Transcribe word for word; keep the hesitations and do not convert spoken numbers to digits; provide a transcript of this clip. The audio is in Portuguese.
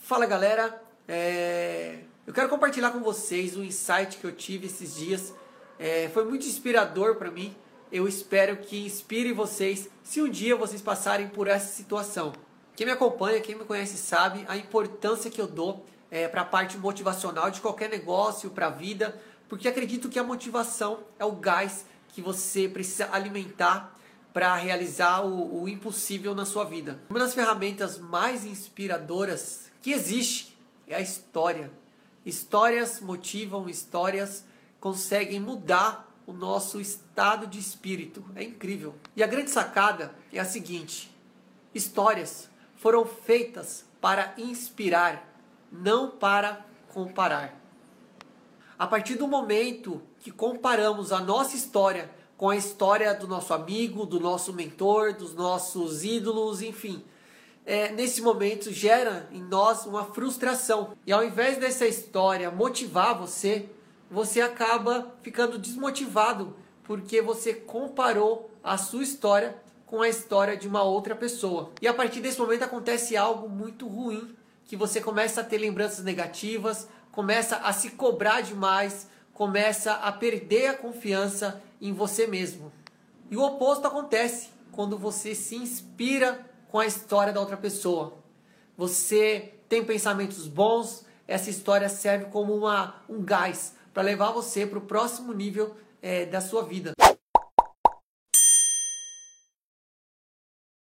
Fala galera, é... eu quero compartilhar com vocês um insight que eu tive esses dias. É... Foi muito inspirador para mim. Eu espero que inspire vocês se um dia vocês passarem por essa situação. Quem me acompanha, quem me conhece sabe a importância que eu dou é, para a parte motivacional de qualquer negócio, para a vida, porque acredito que a motivação é o gás que você precisa alimentar para realizar o, o impossível na sua vida. Uma das ferramentas mais inspiradoras que existe é a história. Histórias motivam, histórias conseguem mudar o nosso estado de espírito. É incrível. E a grande sacada é a seguinte: histórias foram feitas para inspirar, não para comparar. A partir do momento que comparamos a nossa história com a história do nosso amigo, do nosso mentor, dos nossos ídolos, enfim, é, nesse momento gera em nós uma frustração. E ao invés dessa história motivar você, você acaba ficando desmotivado porque você comparou a sua história com a história de uma outra pessoa. E a partir desse momento acontece algo muito ruim, que você começa a ter lembranças negativas, começa a se cobrar demais, começa a perder a confiança em você mesmo. E o oposto acontece quando você se inspira com a história da outra pessoa. Você tem pensamentos bons, essa história serve como uma, um gás para levar você para o próximo nível é, da sua vida.